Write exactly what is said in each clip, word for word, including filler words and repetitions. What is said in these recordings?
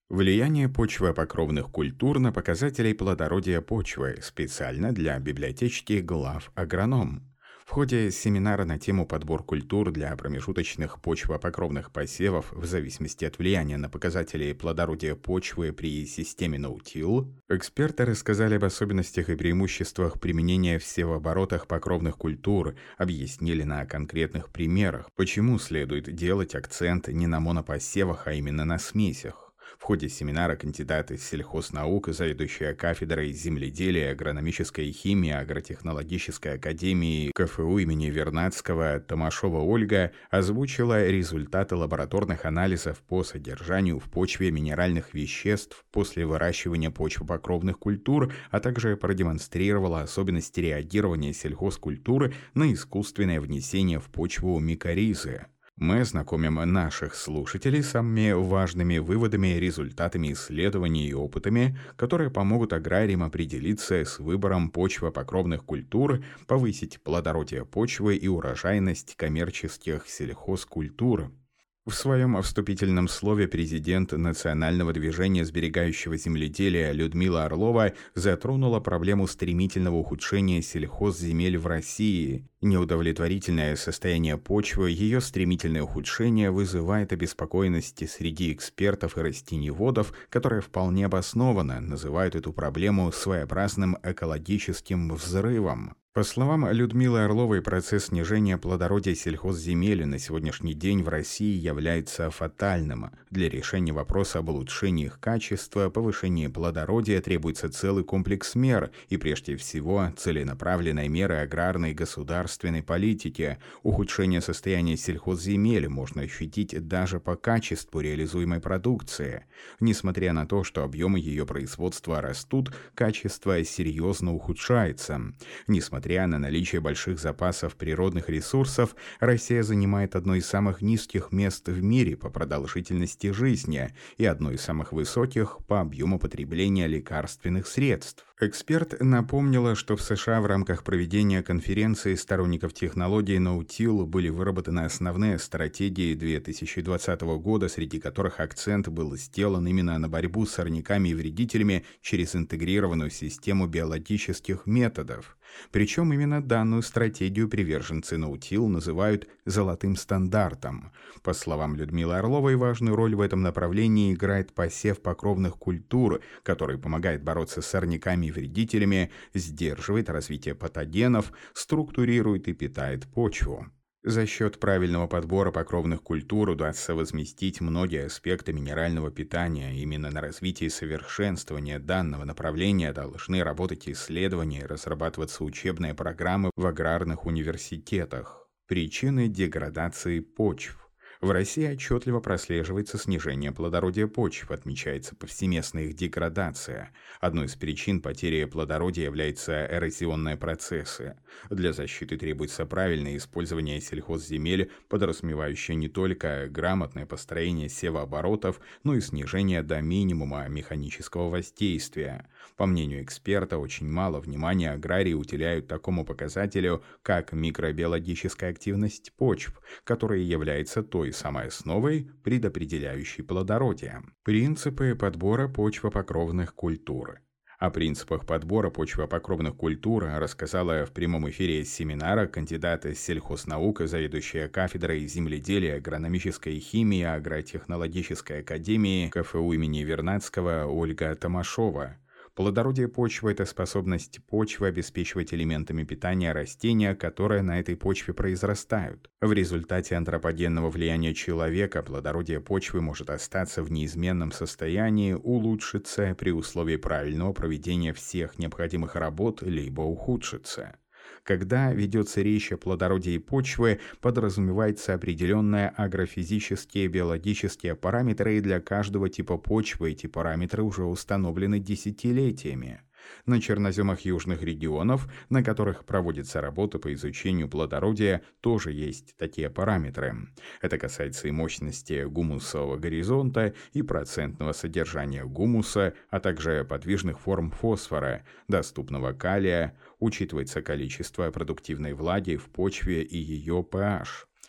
Влияние почвопокровных культур на показатели плодородия почвы специально для библиотечки глав агроном. В ходе семинара на тему «Подбор культур для промежуточных почвопокровных посевов в зависимости от влияния на показатели плодородия почвы при системе ноутил» эксперты рассказали об особенностях и преимуществах применения в севооборотах покровных культур, объяснили на конкретных примерах, почему следует делать акцент не на монопосевах, а именно на смесях. В ходе семинара кандидаты сельхознаук, заведующая кафедрой земледелия, агрономической химии, агротехнологической академии КФУ имени Вернадского Томашова Ольга озвучила результаты лабораторных анализов по содержанию в почве минеральных веществ после выращивания почвопокровных культур, а также продемонстрировала особенности реагирования сельхозкультуры на искусственное внесение в почву микоризы. Мы ознакомим наших слушателей с самыми важными выводами, результатами исследований и опытами, которые помогут аграриям определиться с выбором почвопокровных культур, повысить плодородие почвы и урожайность коммерческих сельхозкультур. В своем вступительном слове президент Национального движения сберегающего земледелия Людмила Орлова затронула проблему стремительного ухудшения сельхозземель в России. Неудовлетворительное состояние почвы, ее стремительное ухудшение вызывает обеспокоенность среди экспертов и растениеводов, которые вполне обоснованно называют эту проблему своеобразным экологическим взрывом. По словам Людмилы Орловой, процесс снижения плодородия сельхозземель на сегодняшний день в России является фатальным. Для решения вопроса об улучшении их качества, повышении плодородия требуется целый комплекс мер, и прежде всего целенаправленные меры аграрной и государственной политики. Ухудшение состояния сельхозземель можно ощутить даже по качеству реализуемой продукции. Несмотря на то, что объемы ее производства растут, качество серьезно ухудшается. Несмотря Несмотря на наличие больших запасов природных ресурсов, Россия занимает одно из самых низких мест в мире по продолжительности жизни и одно из самых высоких по объему потребления лекарственных средств. Эксперт напомнила, что в США в рамках проведения конференции сторонников технологии ноутил были выработаны основные стратегии две тысячи двадцатого года, среди которых акцент был сделан именно на борьбу с сорняками и вредителями через интегрированную систему биологических методов. Причем именно данную стратегию приверженцы ноутил называют «золотым стандартом». По словам Людмилы Орловой, важную роль в этом направлении играет посев покровных культур, который помогает бороться с сорняками и вредителями, сдерживает развитие патогенов, структурирует и питает почву. За счет правильного подбора покровных культур удастся возместить многие аспекты минерального питания. Именно на развитие и совершенствование данного направления должны работать исследования и разрабатываться учебные программы в аграрных университетах. Причины деградации почв. В России отчетливо прослеживается снижение плодородия почв, отмечается повсеместная их деградация. Одной из причин потери плодородия являются эрозионные процессы. Для защиты требуется правильное использование сельхозземель, подразумевающее не только грамотное построение севооборотов, но и снижение до минимума механического воздействия. По мнению эксперта, очень мало внимания аграрии уделяют такому показателю, как микробиологическая активность почв, которая является той самой основой, предопределяющей плодородие. Принципы подбора почвопокровных культур. О принципах подбора почвопокровных культур рассказала в прямом эфире семинара кандидат сельхознаук, заведующая кафедрой земледелия, агрономической химии, агротехнологической академии КФУ имени Вернадского Ольга Томашова. Плодородие почвы – это способность почвы обеспечивать элементами питания растения, которые на этой почве произрастают. В результате антропогенного влияния человека плодородие почвы может остаться в неизменном состоянии, улучшиться при условии правильного проведения всех необходимых работ, либо ухудшиться. Когда ведется речь о плодородии почвы, подразумеваются определенные агрофизические, биологические параметры, и для каждого типа почвы эти параметры уже установлены десятилетиями. На черноземах южных регионов, на которых проводится работа по изучению плодородия, тоже есть такие параметры. Это касается и мощности гумусового горизонта, и процентного содержания гумуса, а также подвижных форм фосфора, доступного калия, учитывается количество продуктивной влаги в почве и ее pH.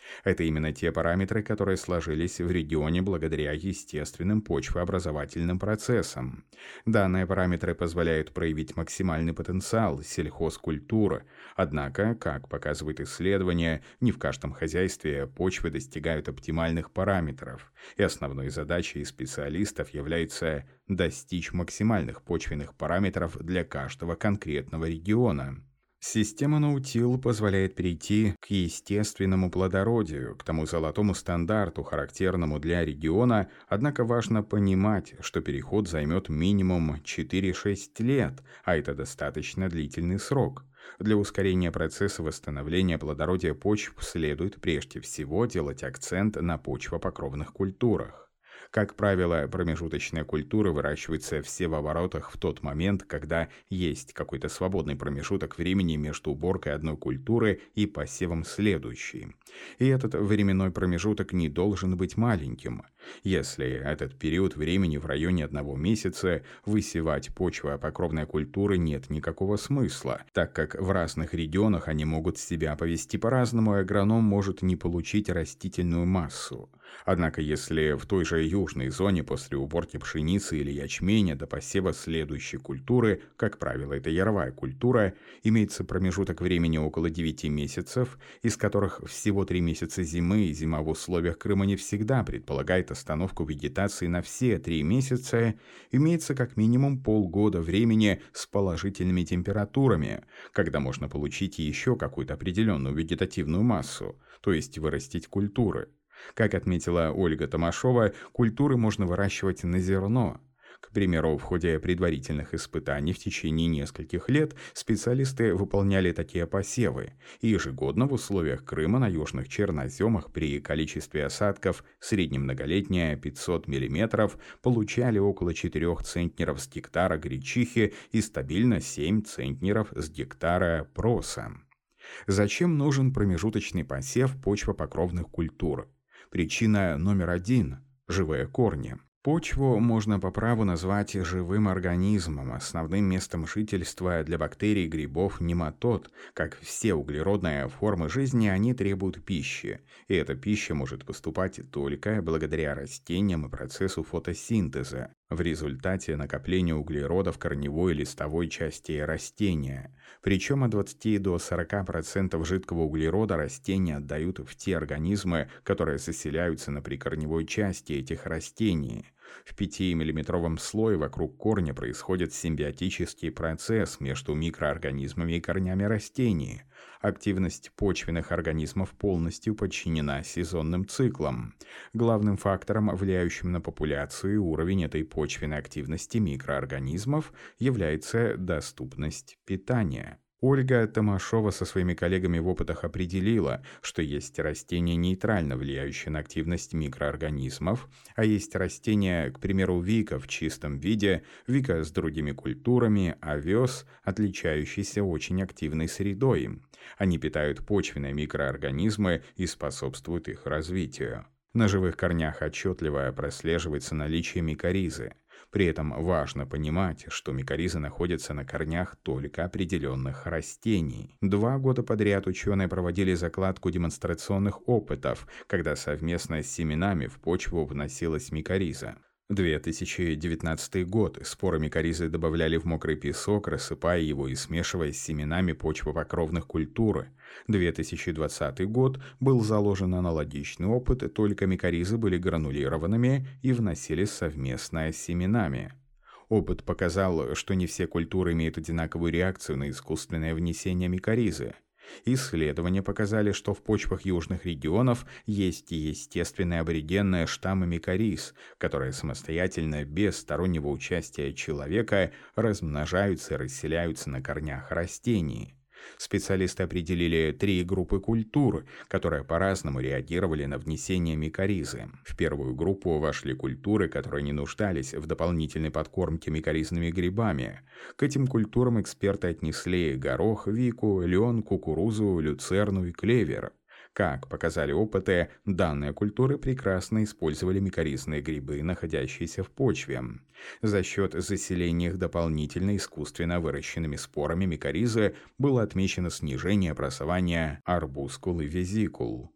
Это именно те параметры, которые сложились в регионе благодаря естественным почвообразовательным процессам. Данные параметры позволяют проявить максимальный потенциал сельхозкультуры. Однако, как показывают исследования, не в каждом хозяйстве почвы достигают оптимальных параметров, и основной задачей специалистов является достичь максимальных почвенных параметров для каждого конкретного региона. Система наутил позволяет перейти к естественному плодородию, к тому золотому стандарту, характерному для региона, однако важно понимать, что переход займет минимум четыре-шесть лет, а это достаточно длительный срок. Для ускорения процесса восстановления плодородия почв следует прежде всего делать акцент на почвопокровных культурах. Как правило, промежуточные культуры выращиваются в севооборотах в тот момент, когда есть какой-то свободный промежуток времени между уборкой одной культуры и посевом следующей. И этот временной промежуток не должен быть маленьким. Если этот период времени в районе одного месяца, высевать почвопокровные культуры нет никакого смысла, так как в разных регионах они могут себя повести по-разному, и агроном может не получить растительную массу. Однако, если в той же южной зоне после уборки пшеницы или ячменя до посева следующей культуры, как правило, это яровая культура, имеется промежуток времени около девяти месяцев, из которых всего три месяца зимы, и зима в условиях Крыма не всегда предполагает остановку вегетации на все три месяца, имеется как минимум полгода времени с положительными температурами, когда можно получить еще какую-то определенную вегетативную массу, то есть вырастить культуры. Как отметила Ольга Томашова, культуры можно выращивать на зерно. К примеру, в ходе предварительных испытаний в течение нескольких лет специалисты выполняли такие посевы, и ежегодно в условиях Крыма на южных черноземах при количестве осадков среднемноголетнее пятьсот миллиметров получали около четырёх центнеров с гектара гречихи и стабильно семь центнеров с гектара проса. Зачем нужен промежуточный посев почвопокровных культур? Причина номер один – живые корни. Почву можно по праву назвать живым организмом, основным местом жительства для бактерий, грибов, нематод. Как все углеродные формы жизни, они требуют пищи, и эта пища может поступать только благодаря растениям и процессу фотосинтеза, в результате накопления углерода в корневой и листовой части растения. Причем от двадцати до сорока процентов жидкого углерода растения отдают в те организмы, которые заселяются на прикорневой части этих растений. В пятимиллиметровом слое вокруг корня происходит симбиотический процесс между микроорганизмами и корнями растений. Активность почвенных организмов полностью подчинена сезонным циклам. Главным фактором, влияющим на популяцию и уровень этой почвенной активности микроорганизмов, является доступность питания. Ольга Томашова со своими коллегами в опытах определила, что есть растения, нейтрально влияющие на активность микроорганизмов, а есть растения, к примеру, вика в чистом виде, вика с другими культурами, овес, отличающийся очень активной средой. Они питают почвенные микроорганизмы и способствуют их развитию. На живых корнях отчетливо прослеживается наличие микоризы. При этом важно понимать, что микориза находится на корнях только определенных растений. Два года подряд ученые проводили закладку демонстрационных опытов, когда совместно с семенами в почву вносилась микориза. две тысячи девятнадцатый год. Споры микоризы добавляли в мокрый песок, рассыпая его и смешивая с семенами почвопокровных культур. две тысячи двадцатый год был заложен аналогичный опыт, только микоризы были гранулированными и вносились совместно с семенами. Опыт показал, что не все культуры имеют одинаковую реакцию на искусственное внесение микоризы. Исследования показали, что в почвах южных регионов есть естественные аборигенные штаммы микориз, которые самостоятельно, без стороннего участия человека, размножаются и расселяются на корнях растений. Специалисты определили три группы культур, которые по-разному реагировали на внесение микоризы. В первую группу вошли культуры, которые не нуждались в дополнительной подкормке микоризными грибами. К этим культурам эксперты отнесли горох, вику, лен, кукурузу, люцерну и клевер. Как показали опыты, данные культуры прекрасно использовали микоризные грибы, находящиеся в почве. За счет заселения их дополнительно искусственно выращенными спорами микоризы было отмечено снижение образования арбускул и везикул.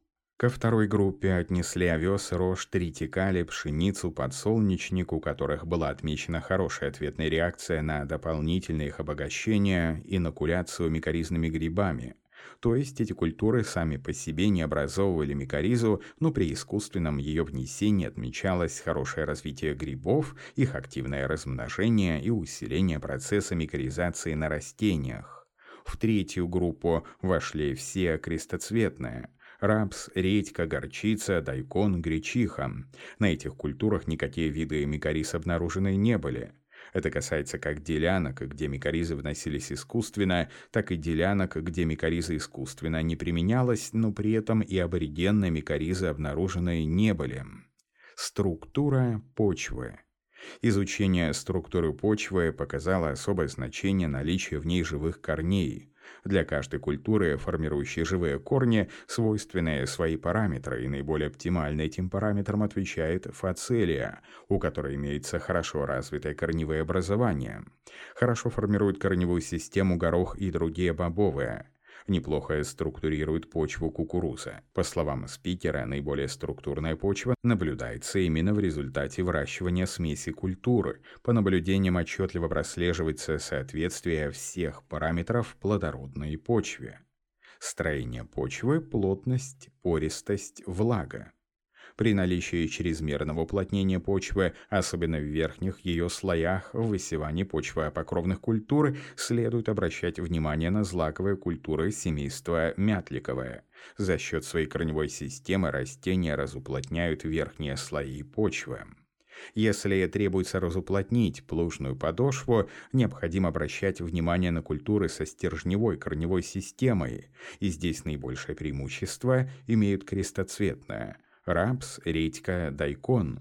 Ко второй группе отнесли овес, рожь, тритикали, пшеницу, подсолнечник, у которых была отмечена хорошая ответная реакция на дополнительное их обогащение инокуляцию микоризными грибами. То есть эти культуры сами по себе не образовывали микоризу, но при искусственном ее внесении отмечалось хорошее развитие грибов, их активное размножение и усиление процесса микоризации на растениях. В третью группу вошли все крестоцветные – рапс, редька, горчица, дайкон, гречиха. На этих культурах никакие виды микориз обнаружены не были. Это касается как делянок, где микоризы вносились искусственно, так и делянок, где микориза искусственно не применялась, но при этом и аборигенные микоризы обнаружены не были. Структура почвы. Изучение структуры почвы показало особое значение наличия в ней живых корней. Для каждой культуры, формирующей живые корни, свойственные свои параметры, и наиболее оптимально этим параметрам отвечает фацелия, у которой имеется хорошо развитое корневое образование. Хорошо формирует корневую систему горох и другие бобовые. Неплохо структурирует почву кукуруза. По словам спикера, наиболее структурная почва наблюдается именно в результате выращивания смеси культуры. По наблюдениям отчетливо прослеживается соответствие всех параметров плодородной почве. Строение почвы, плотность, пористость, влага. При наличии чрезмерного уплотнения почвы, особенно в верхних ее слоях, в высевании почвопокровных культур следует обращать внимание на злаковые культуры семейства мятликовое. За счет своей корневой системы растения разуплотняют верхние слои почвы. Если требуется разуплотнить плужную подошву, необходимо обращать внимание на культуры со стержневой корневой системой, и здесь наибольшее преимущество имеют крестоцветные – рапс, редька, дайкон.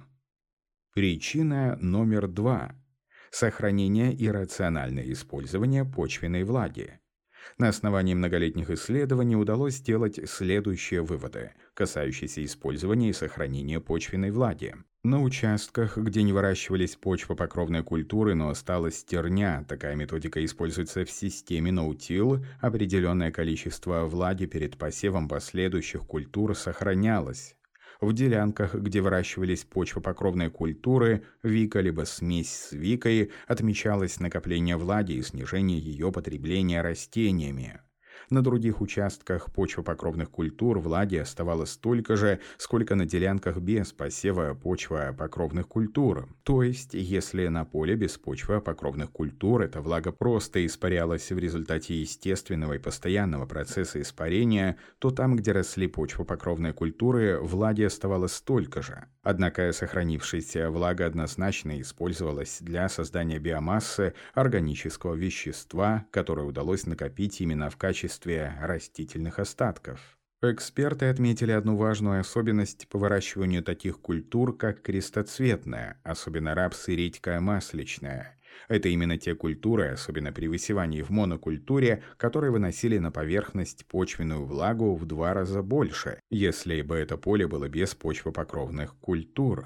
Причина номер два. Сохранение и рациональное использование почвенной влаги. На основании многолетних исследований удалось сделать следующие выводы, касающиеся использования и сохранения почвенной влаги. На участках, где не выращивались почвопокровные культуры, но осталась стерня, такая методика используется в системе ноутил, определенное количество влаги перед посевом последующих культур сохранялось. В делянках, где выращивались почвопокровные культуры, вика либо смесь с викой, отмечалось накопление влаги и снижение ее потребления растениями. На других участках почвопокровных культур влаги оставалось столько же, сколько на делянках без посева почвопокровных культур. То есть, если на поле без почвопокровных культур эта влага просто испарялась в результате естественного и постоянного процесса испарения, то там, где росли почвопокровные культуры, влаги оставалось столько же. Однако сохранившаяся влага однозначно использовалась для создания биомассы органического вещества, которое удалось накопить именно в качестве растительных остатков. Эксперты отметили одну важную особенность по выращиванию таких культур, как крестоцветная, особенно рапс и редька масличная. Это именно те культуры, особенно при высевании в монокультуре, которые выносили на поверхность почвенную влагу в два раза больше, если бы это поле было без почвопокровных культур.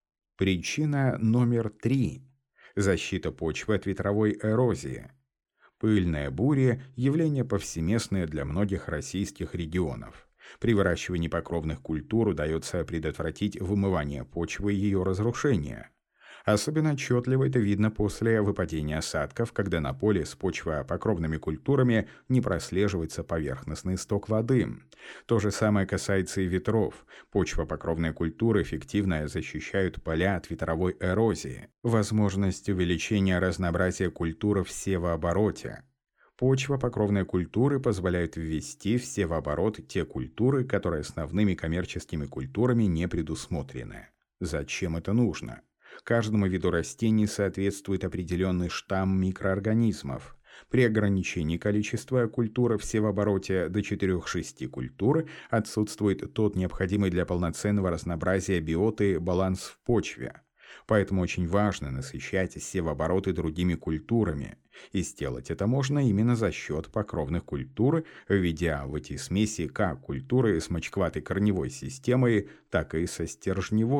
Причина номер три. Защита почвы от ветровой эрозии. Пыльные бури – явление повсеместное для многих российских регионов. При выращивании покровных культур удается предотвратить вымывание почвы и ее разрушение. Особенно отчетливо это видно после выпадения осадков, когда на поле с почвопокровными культурами не прослеживается поверхностный сток воды. То же самое касается и ветров. Почвопокровные культуры эффективно защищают поля от ветровой эрозии. Возможность увеличения разнообразия культур в севообороте. Почвопокровные культуры позволяют ввести в севооборот те культуры, которые основными коммерческими культурами не предусмотрены. Зачем это нужно? Каждому виду растений соответствует определенный штамм микроорганизмов. При ограничении количества культур в севообороте до четырёх-шести культур отсутствует тот необходимый для полноценного разнообразия биоты баланс в почве. Поэтому очень важно насыщать севообороты другими культурами. И сделать это можно именно за счет покровных культур, введя в эти смеси как культуры с мочковатой корневой системой, так и со стержневой.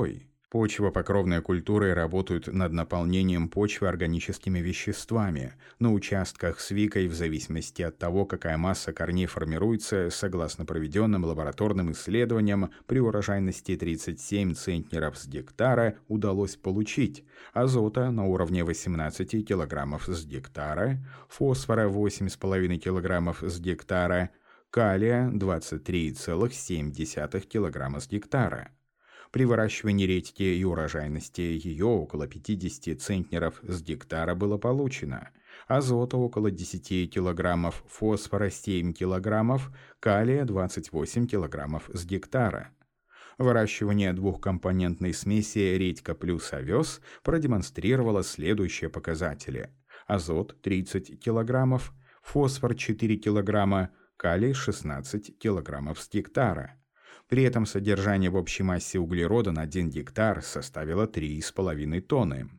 Почвопокровные культуры работают над наполнением почвы органическими веществами. На участках с викой, в зависимости от того, какая масса корней формируется, согласно проведенным лабораторным исследованиям, при урожайности тридцать семь центнеров с гектара удалось получить азота на уровне восемнадцать килограммов с гектара, фосфора восемь целых пять десятых килограммов с гектара, калия двадцать три целых семь десятых килограмма с гектара. При выращивании редьки и урожайности ее около пятьдесят центнеров с гектара было получено, азота около десять килограммов, фосфора семь килограммов, калия двадцать восемь килограммов с гектара. Выращивание двухкомпонентной смеси редька плюс овес продемонстрировало следующие показатели: азот тридцать килограммов, фосфор четыре килограмма, калий шестнадцать килограммов с гектара. При этом содержание в общей массе углерода на один гектар составило три с половиной тонны.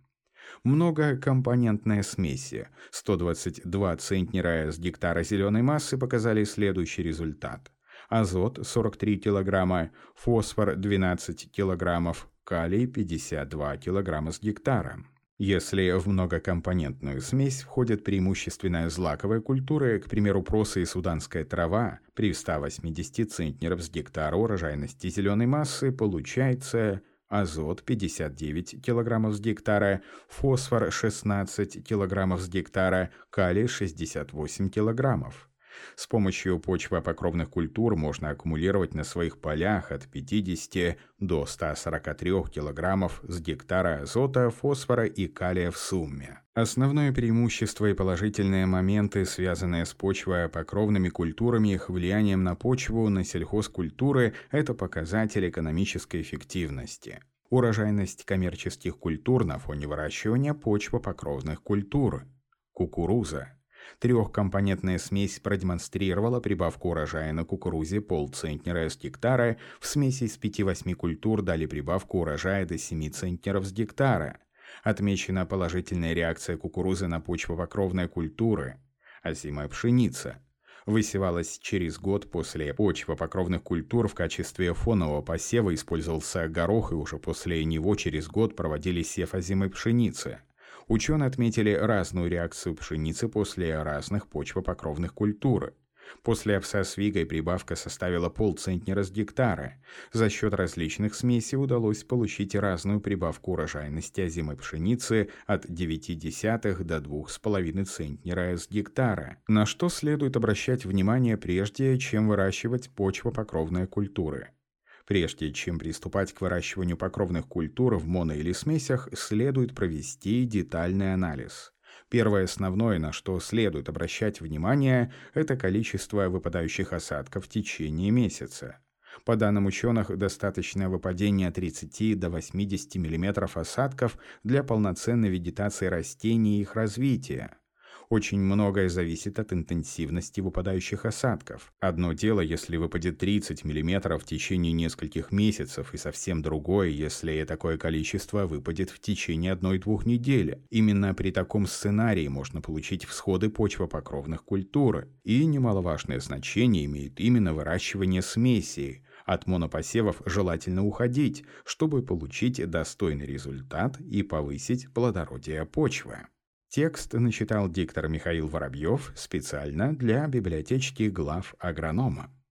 Многокомпонентные смеси сто двадцать два центнера с гектара зеленой массы показали следующий результат: азот сорок три килограмма, фосфор двенадцать килограммов, калий пятьдесят два килограмма с гектара. Если в многокомпонентную смесь входят преимущественно злаковые культуры, к примеру, проса и суданская трава, при ста восьмидесяти центнеров с гектара урожайности зеленой массы получается азот пятьдесят девять килограммов с гектара, фосфор шестнадцать килограммов с гектара, калий шестьдесят восемь килограммов. С помощью почвопокровных культур можно аккумулировать на своих полях от пятидесяти до ста сорока трёх килограммов с гектара азота, фосфора и калия в сумме. Основное преимущество и положительные моменты, связанные с почвопокровными культурами и их влиянием на почву, на сельхозкультуры, это показатель экономической эффективности. Урожайность коммерческих культур на фоне выращивания почвопокровных культур. Кукуруза. Трехкомпонентная смесь продемонстрировала прибавку урожая на кукурузе полцентнера с гектара, в смеси из пяти-восьми культур дали прибавку урожая до семи центнеров с гектара. Отмечена положительная реакция кукурузы на почвопокровные культуры. Озимая пшеница. Высевалась через год после почвопокровных культур, в качестве фонового посева использовался горох, и уже после него через год проводили сев озимой пшеницы. Ученые отметили разную реакцию пшеницы после разных почвопокровных культур. После овса с вигой прибавка составила полцентнера с гектара. За счет различных смесей удалось получить разную прибавку урожайности озимой пшеницы от девяти десятых до двух с половиной центнера с гектара. На что следует обращать внимание прежде, чем выращивать почвопокровные культуры? Прежде чем приступать к выращиванию покровных культур в моно- или смесях, следует провести детальный анализ. Первое основное, на что следует обращать внимание, это количество выпадающих осадков в течение месяца. По данным ученых, достаточно выпадения от тридцати до восьмидесяти миллиметров осадков для полноценной вегетации растений и их развития. Очень многое зависит от интенсивности выпадающих осадков. Одно дело, если выпадет тридцать миллиметров в течение нескольких месяцев, и совсем другое, если такое количество выпадет в течение одной-двух недель. Именно при таком сценарии можно получить всходы почвопокровных культур. И немаловажное значение имеет именно выращивание смесей. От монопосевов желательно уходить, чтобы получить достойный результат и повысить плодородие почвы. Текст начитал диктор Михаил Воробьев специально для библиотечки глав агронома.